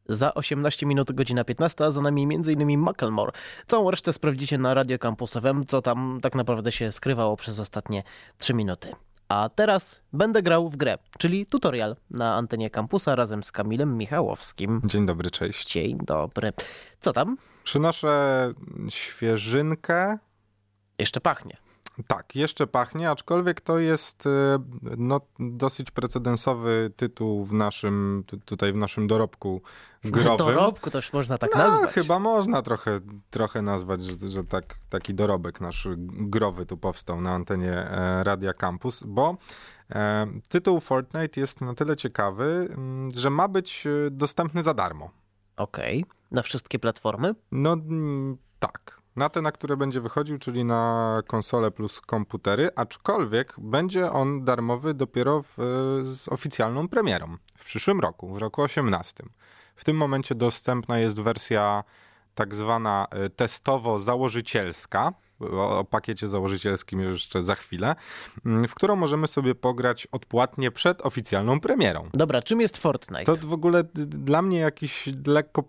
Za 18 minut, godzina 15, a za nami m.in. Macklemore. Całą resztę sprawdzicie na Radio Campus FM, co tam tak naprawdę się skrywało przez ostatnie 3 minuty. A teraz będę grał w grę, czyli tutorial na antenie kampusa razem z Kamilem Michałowskim. Dzień dobry, cześć. Dzień dobry. Co tam? Przynoszę świeżynkę. Jeszcze pachnie. Tak, jeszcze pachnie, aczkolwiek to jest dosyć precedensowy tytuł w naszym dorobku growym. Dorobku to już można tak nazwać. Chyba można trochę nazwać, że taki dorobek nasz growy tu powstał na antenie Radia Campus, bo tytuł Fortnite jest na tyle ciekawy, że ma być dostępny za darmo. Okej. Na wszystkie platformy? No tak. Na te, na które będzie wychodził, czyli na konsole plus komputery, aczkolwiek będzie on darmowy dopiero z oficjalną premierą w przyszłym roku, w roku 2018. W tym momencie dostępna jest wersja tak zwana testowo-założycielska, o pakiecie założycielskim jeszcze za chwilę, w którą możemy sobie pograć odpłatnie przed oficjalną premierą. Dobra, czym jest Fortnite? To w ogóle dla mnie jakieś lekko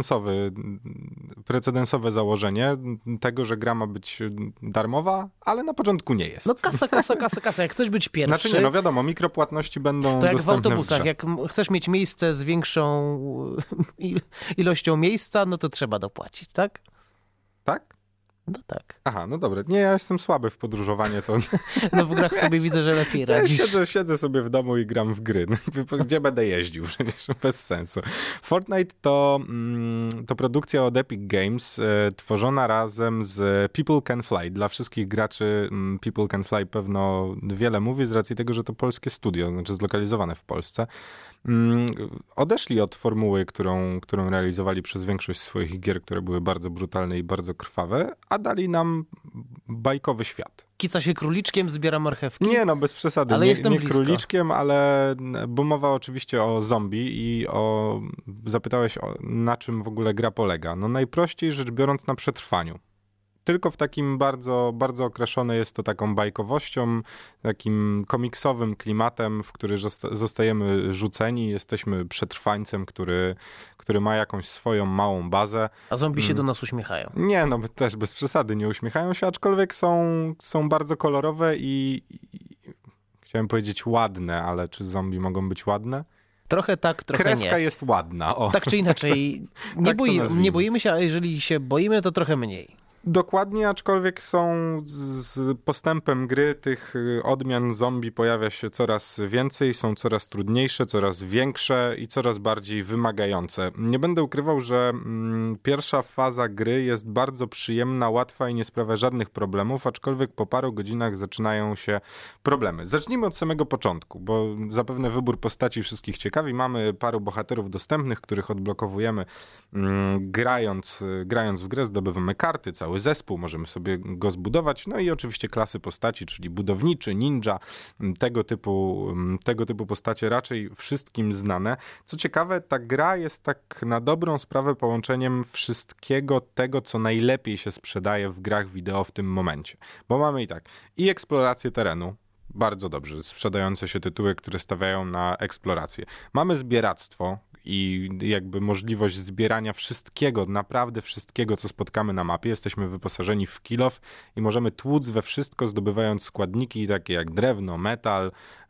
precedensowe założenie tego, że gra ma być darmowa, ale na początku nie jest. No kasa. Jak chcesz być pierwszy... Znaczy nie, no wiadomo, mikropłatności będą to jak dostępne w autobusach, jak chcesz mieć miejsce z większą ilością miejsca, no to trzeba dopłacić, tak? Tak? No tak. Aha, no dobra. Nie, ja jestem słaby w podróżowanie. To... No w grach sobie widzę, że lepiej radzisz. Ja siedzę sobie w domu i gram w gry. Gdzie będę jeździł? Przecież bez sensu. Fortnite to produkcja od Epic Games, tworzona razem z People Can Fly. Dla wszystkich graczy People Can Fly pewno wiele mówi z racji tego, że to polskie studio, znaczy zlokalizowane w Polsce. Odeszli od formuły, którą realizowali przez większość swoich gier, które były bardzo brutalne i bardzo krwawe, a dali nam bajkowy świat. Kica się króliczkiem, zbiera marchewki? Nie, no bez przesady. Ale jestem nie blisko. Króliczkiem, bo mowa oczywiście o zombie i zapytałeś, na czym w ogóle gra polega. No najprościej rzecz biorąc na przetrwaniu. Tylko w takim bardzo, bardzo określone jest to taką bajkowością, takim komiksowym klimatem, w który zostajemy rzuceni, jesteśmy przetrwańcem, który ma jakąś swoją małą bazę. A zombie się do nas uśmiechają. Nie, no też bez przesady nie uśmiechają się, aczkolwiek są bardzo kolorowe i chciałem powiedzieć ładne, ale czy zombie mogą być ładne? Trochę tak, trochę Kreska nie. Kreska jest ładna. O. Tak czy inaczej, nie boimy się, a jeżeli się boimy, to trochę mniej. Dokładnie, aczkolwiek z postępem gry tych odmian zombie pojawia się coraz więcej, są coraz trudniejsze, coraz większe i coraz bardziej wymagające. Nie będę ukrywał, że pierwsza faza gry jest bardzo przyjemna, łatwa i nie sprawia żadnych problemów, aczkolwiek po paru godzinach zaczynają się problemy. Zacznijmy od samego początku, bo zapewne wybór postaci wszystkich ciekawi. Mamy paru bohaterów dostępnych, których odblokowujemy grając w grę, zdobywamy karty, cały zespół, możemy sobie go zbudować, no i oczywiście klasy postaci, czyli budowniczy, ninja, tego typu postacie raczej wszystkim znane. Co ciekawe, ta gra jest tak na dobrą sprawę połączeniem wszystkiego tego, co najlepiej się sprzedaje w grach wideo w tym momencie. Bo mamy i eksplorację terenu, bardzo dobrze sprzedające się tytuły, które stawiają na eksplorację. Mamy zbieractwo i jakby możliwość zbierania wszystkiego, naprawdę wszystkiego, co spotkamy na mapie. Jesteśmy wyposażeni w kill off i możemy tłuc we wszystko, zdobywając składniki takie jak drewno, metal,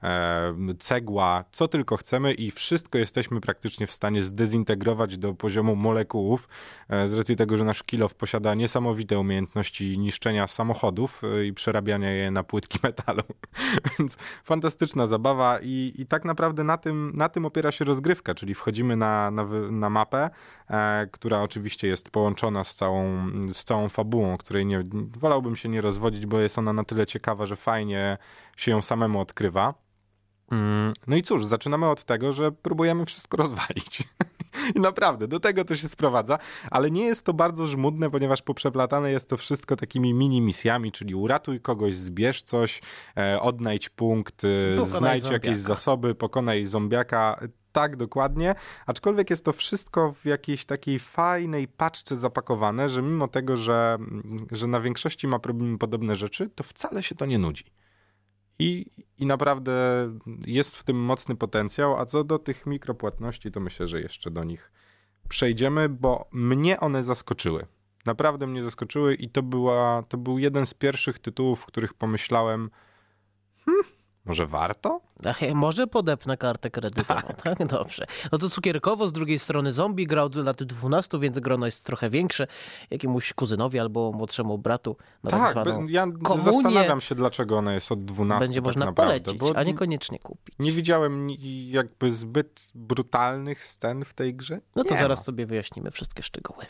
cegła, co tylko chcemy i wszystko jesteśmy praktycznie w stanie zdezintegrować do poziomu molekułów, z racji tego, że nasz kill off posiada niesamowite umiejętności niszczenia samochodów i przerabiania je na płytki metalu. Więc fantastyczna zabawa i tak naprawdę na tym opiera się rozgrywka, czyli wchodzimy na mapę, która oczywiście jest połączona z całą fabułą, której wolałbym się nie rozwodzić, bo jest ona na tyle ciekawa, że fajnie się ją samemu odkrywa. No i cóż, zaczynamy od tego, że próbujemy wszystko rozwalić. I naprawdę, do tego to się sprowadza, ale nie jest to bardzo żmudne, ponieważ poprzeplatane jest to wszystko takimi mini misjami, czyli uratuj kogoś, zbierz coś, odnajdź punkt, znajdź jakieś zasoby, pokonaj zombiaka. Tak, dokładnie. Aczkolwiek jest to wszystko w jakiejś takiej fajnej paczce zapakowane, że mimo tego, że na większości ma podobne rzeczy, to wcale się to nie nudzi. I naprawdę jest w tym mocny potencjał, a co do tych mikropłatności, to myślę, że jeszcze do nich przejdziemy, bo mnie one zaskoczyły. Naprawdę mnie zaskoczyły i to był jeden z pierwszych tytułów, w których pomyślałem, może warto? Ach, może podepnę kartę kredytową, tak? Dobrze. No to cukierkowo, z drugiej strony zombie gra od lat 12, więc grono jest trochę większe. Jakiemuś kuzynowi albo młodszemu bratu na tak zwaną ja zastanawiam się, dlaczego ona jest od 12. Będzie można naprawdę, polecić, a niekoniecznie kupić. Nie widziałem jakby zbyt brutalnych scen w tej grze. No to zaraz sobie wyjaśnimy wszystkie szczegóły.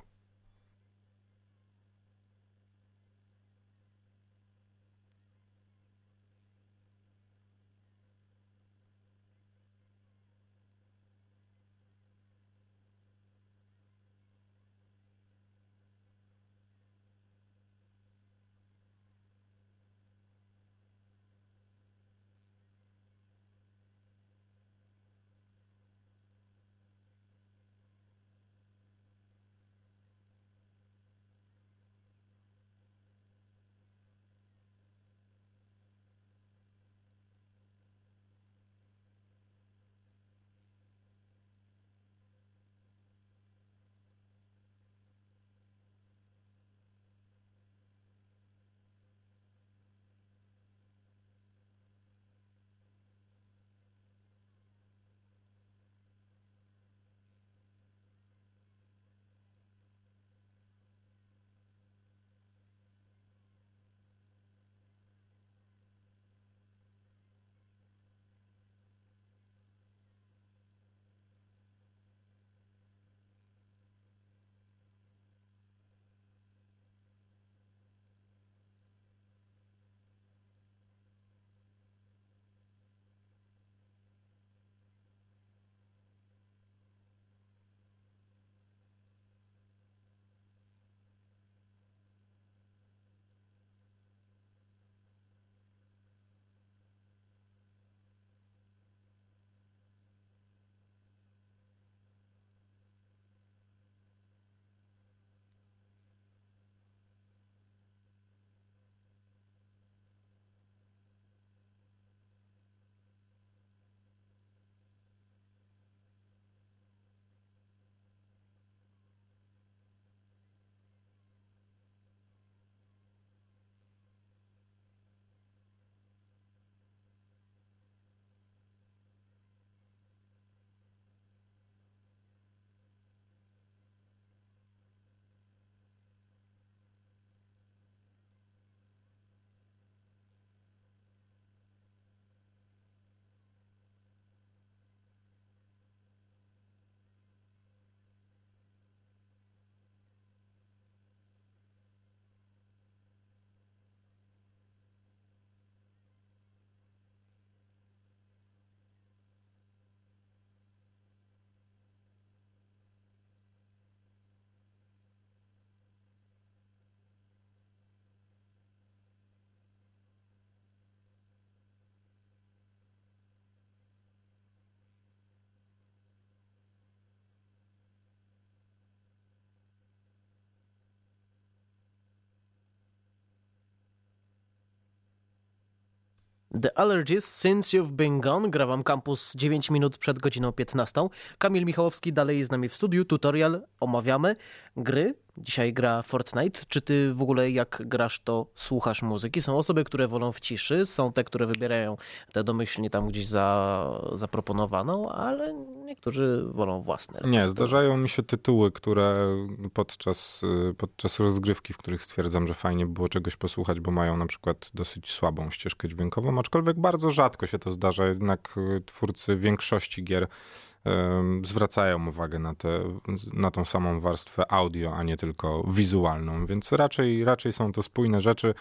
The Allergies, Since You've Been Gone. Gra wam Campus 9 minut przed godziną 15. Kamil Michałowski dalej jest z nami w studiu. Tutorial, omawiamy gry. Dzisiaj gra Fortnite. Czy ty w ogóle jak grasz, to słuchasz muzyki? Są osoby, które wolą w ciszy, są te, które wybierają tę domyślnie tam gdzieś zaproponowaną, ale niektórzy wolą własne. Nie, zdarzają mi się tytuły, które podczas rozgrywki, w których stwierdzam, że fajnie było czegoś posłuchać, bo mają na przykład dosyć słabą ścieżkę dźwiękową, aczkolwiek bardzo rzadko się to zdarza, jednak twórcy większości gier zwracają uwagę na tą samą warstwę audio, a nie tylko wizualną, więc raczej są to spójne rzeczy.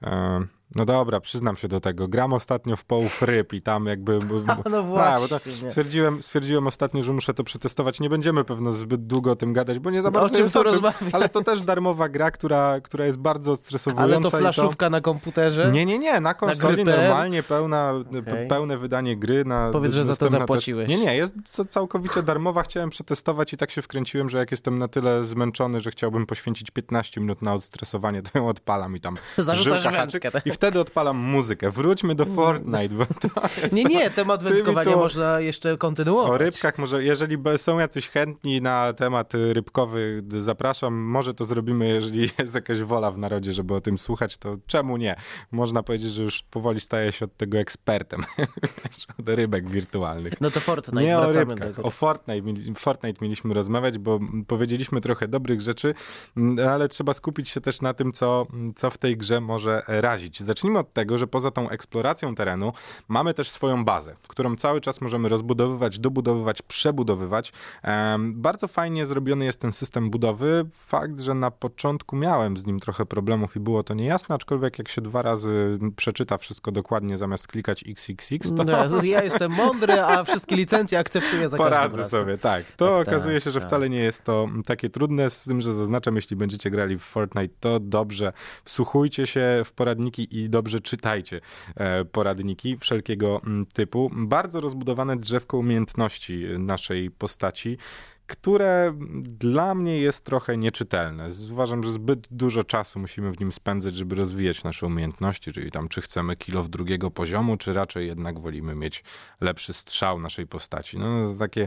No dobra, przyznam się do tego. Gram ostatnio w Połów Ryb i tam jakby... No właśnie. Stwierdziłem ostatnio, że muszę to przetestować. Nie będziemy pewno zbyt długo o tym gadać, bo nie za bardzo jest o czym, ale to też darmowa gra, która jest bardzo stresowująca. Ale to flaszówka na komputerze? Nie, na konsoli normalnie pełne wydanie gry. Powiedz, że za to zapłaciłeś. Nie, jest całkowicie darmowa. Chciałem przetestować i tak się wkręciłem, że jak jestem na tyle zmęczony, że chciałbym poświęcić 15 minut na odstresowanie, to ją odpalam i tam zarzucasz wędkę. I wtedy odpalam muzykę. Wróćmy do Fortnite, bo to jest Nie, temat wędkowania można jeszcze kontynuować. O rybkach może, jeżeli są jacyś chętni na temat rybkowy, zapraszam. Może to zrobimy, jeżeli jest jakaś wola w narodzie, żeby o tym słuchać, to czemu nie? Można powiedzieć, że już powoli staję się od tego ekspertem. Od rybek wirtualnych. No to Fortnite, nie wracamy o rybkach. do tego. O Fortnite mieliśmy rozmawiać, bo powiedzieliśmy trochę dobrych rzeczy, ale trzeba skupić się też na tym, co w tej grze może razić. Zacznijmy od tego, że poza tą eksploracją terenu mamy też swoją bazę, którą cały czas możemy rozbudowywać, dobudowywać, przebudowywać. Bardzo fajnie zrobiony jest ten system budowy. Fakt, że na początku miałem z nim trochę problemów i było to niejasne, aczkolwiek jak się 2 razy przeczyta wszystko dokładnie zamiast klikać XXX, to... No, ja jestem mądry, a wszystkie licencje akceptuję za każdym razem. Poradzę sobie, tak. To okazuje się, że wcale nie jest to takie trudne, z tym, że zaznaczam, jeśli będziecie grali w Fortnite, to dobrze wsłuchujcie się w poradniki i dobrze czytajcie poradniki wszelkiego typu. Bardzo rozbudowane drzewko umiejętności naszej postaci, które dla mnie jest trochę nieczytelne. Uważam, że zbyt dużo czasu musimy w nim spędzać, żeby rozwijać nasze umiejętności, czyli tam czy chcemy kill-off 2. poziomu, czy raczej jednak wolimy mieć lepszy strzał naszej postaci. No takie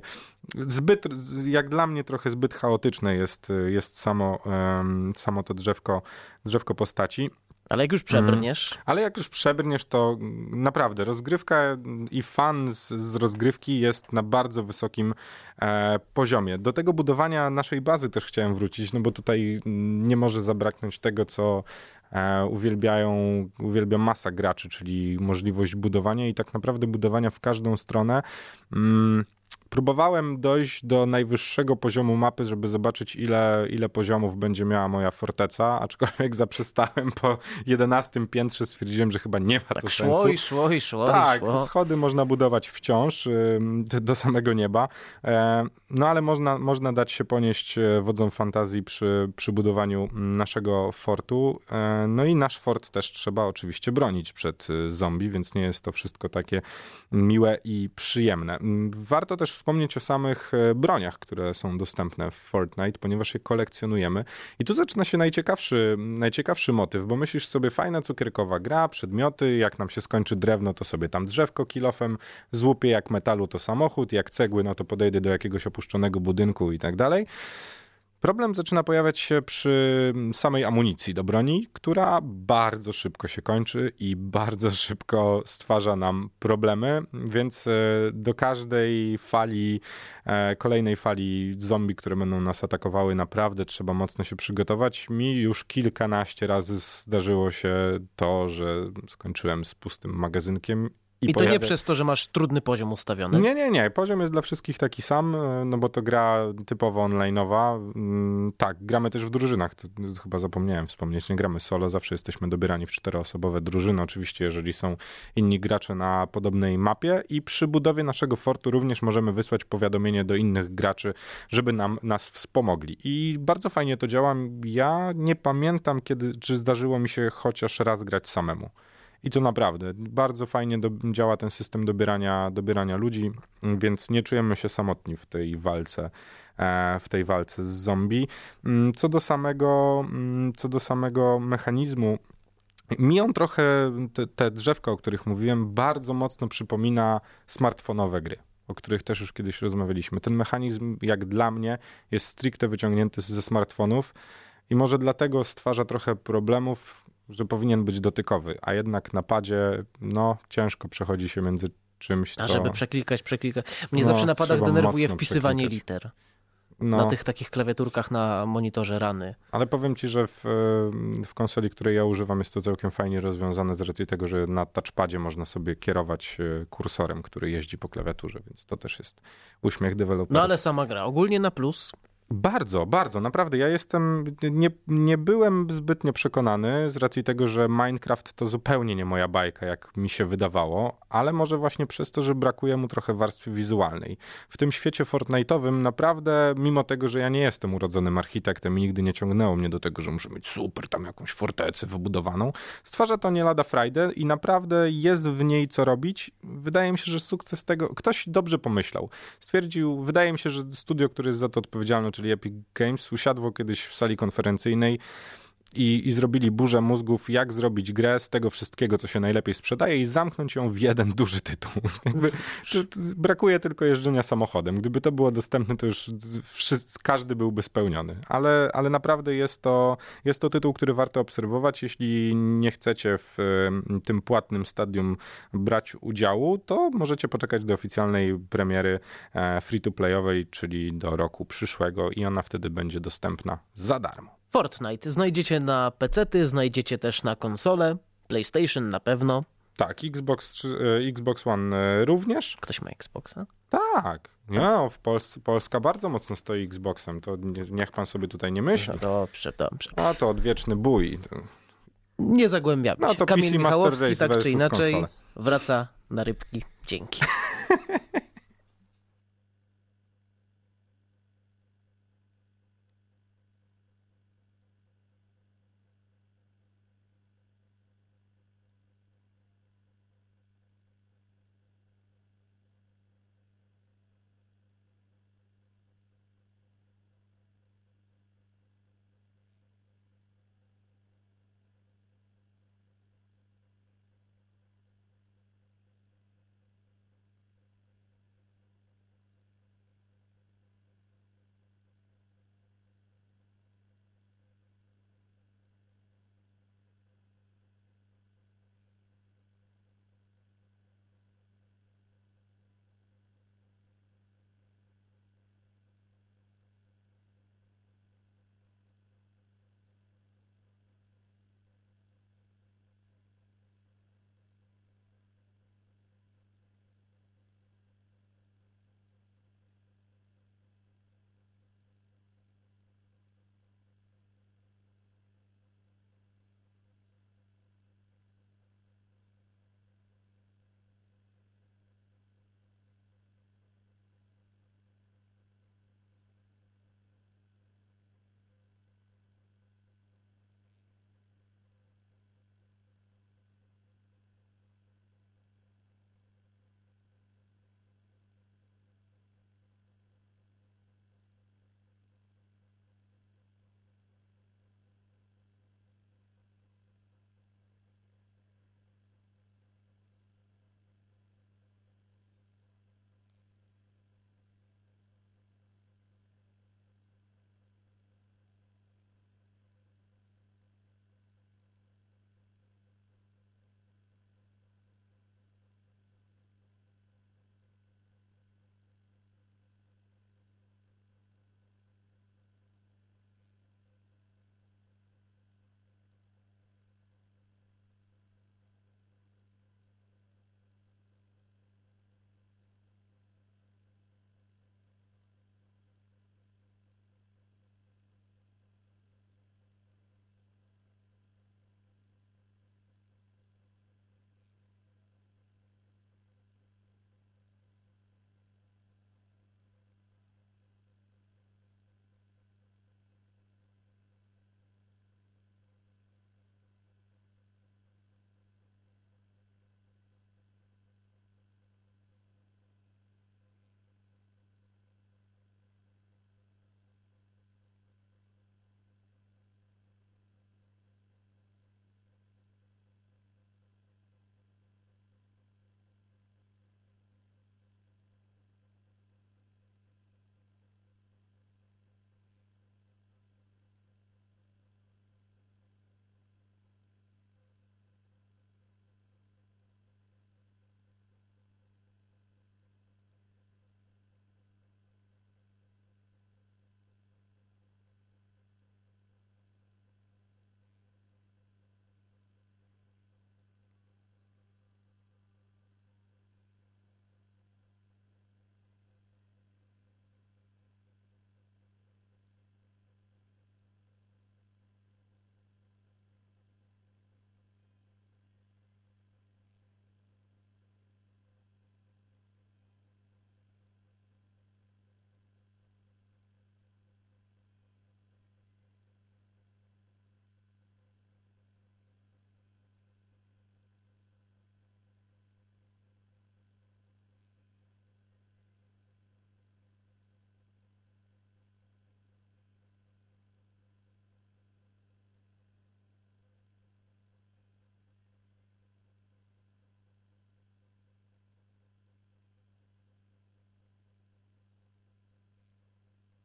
jak dla mnie trochę zbyt chaotyczne jest samo to drzewko postaci. Ale jak już przebrniesz... Ale jak już przebrniesz, to naprawdę rozgrywka i fan z rozgrywki jest na bardzo wysokim poziomie. Do tego budowania naszej bazy też chciałem wrócić, no bo tutaj nie może zabraknąć tego, co uwielbia masa graczy, czyli możliwość budowania i tak naprawdę budowania w każdą stronę. Próbowałem dojść do najwyższego poziomu mapy, żeby zobaczyć, ile poziomów będzie miała moja forteca, aczkolwiek zaprzestałem po 11 piętrze, stwierdziłem, że chyba nie ma to sensu. Szło. Tak, schody można budować wciąż do samego nieba, no ale można dać się ponieść wodzom fantazji przy budowaniu naszego fortu. No i nasz fort też trzeba oczywiście bronić przed zombie, więc nie jest to wszystko takie miłe i przyjemne. Warto też wspomnieć o samych broniach, które są dostępne w Fortnite, ponieważ je kolekcjonujemy. I tu zaczyna się najciekawszy motyw, bo myślisz sobie, fajna cukierkowa gra, przedmioty, jak nam się skończy drewno, to sobie tam drzewko kill-offem złupię, jak metalu to samochód, jak cegły, no to podejdę do jakiegoś opuszczonego budynku i tak dalej. Problem zaczyna pojawiać się przy samej amunicji do broni, która bardzo szybko się kończy i bardzo szybko stwarza nam problemy, więc do każdej kolejnej fali zombie, które będą nas atakowały, naprawdę trzeba mocno się przygotować. Mi już kilkanaście razy zdarzyło się to, że skończyłem z pustym magazynkiem. I to nie przez to, że masz trudny poziom ustawiony? Nie. Poziom jest dla wszystkich taki sam, no bo to gra typowo online'owa. Tak, gramy też w drużynach, to chyba zapomniałem wspomnieć, nie gramy solo, zawsze jesteśmy dobierani w 4-osobowe drużyny, oczywiście jeżeli są inni gracze na podobnej mapie i przy budowie naszego fortu również możemy wysłać powiadomienie do innych graczy, żeby nas wspomogli. I bardzo fajnie to działa. Ja nie pamiętam, czy zdarzyło mi się chociaż raz grać samemu. I to naprawdę bardzo fajnie działa ten system dobierania ludzi, więc nie czujemy się samotni w tej walce z zombie. Co do samego mechanizmu, mi on trochę, te drzewka, o których mówiłem, bardzo mocno przypomina smartfonowe gry, o których też już kiedyś rozmawialiśmy. Ten mechanizm, jak dla mnie, jest stricte wyciągnięty ze smartfonów i może dlatego stwarza trochę problemów, że powinien być dotykowy, a jednak na padzie, ciężko przechodzi się między czymś, A żeby przeklikać. Mnie zawsze na padach denerwuje wpisywanie liter. Na tych takich klawiaturkach na monitorze rany. Ale powiem ci, że w konsoli, której ja używam, jest to całkiem fajnie rozwiązane z racji tego, że na touchpadzie można sobie kierować kursorem, który jeździ po klawiaturze, więc to też jest uśmiech deweloperów. No ale sama gra, ogólnie na plus. Bardzo, bardzo, naprawdę. Ja nie byłem zbytnio przekonany z racji tego, że Minecraft to zupełnie nie moja bajka, jak mi się wydawało, ale może właśnie przez to, że brakuje mu trochę warstwy wizualnej. W tym świecie Fortnite'owym naprawdę, mimo tego, że ja nie jestem urodzonym architektem i nigdy nie ciągnęło mnie do tego, że muszę mieć super tam jakąś fortecę wybudowaną, stwarza to nie lada frajdę i naprawdę jest w niej co robić. Wydaje mi się, że sukces tego... Ktoś dobrze pomyślał. Stwierdził, wydaje mi się, że studio, które jest za to odpowiedzialne, czyli Epic Games, usiadło kiedyś w sali konferencyjnej i zrobili burzę mózgów, jak zrobić grę z tego wszystkiego, co się najlepiej sprzedaje i zamknąć ją w jeden duży tytuł. Brakuje tylko jeżdżenia samochodem. Gdyby to było dostępne, to już każdy byłby spełniony. Ale naprawdę jest to tytuł, który warto obserwować. Jeśli nie chcecie w tym płatnym stadium brać udziału, to możecie poczekać do oficjalnej premiery free-to-playowej, czyli do roku przyszłego i ona wtedy będzie dostępna za darmo. Fortnite znajdziecie na PC-ty, znajdziecie też na konsole, PlayStation na pewno. Tak, Xbox One również. Ktoś ma Xboxa? Tak. W Polska bardzo mocno stoi Xboxem, to niech pan sobie tutaj nie myśli. No dobrze. A to odwieczny bój. Nie zagłębiamy się. No to Kamil PC Master Michałowski Race tak czy inaczej konsole. wraca na rybki. Dzięki.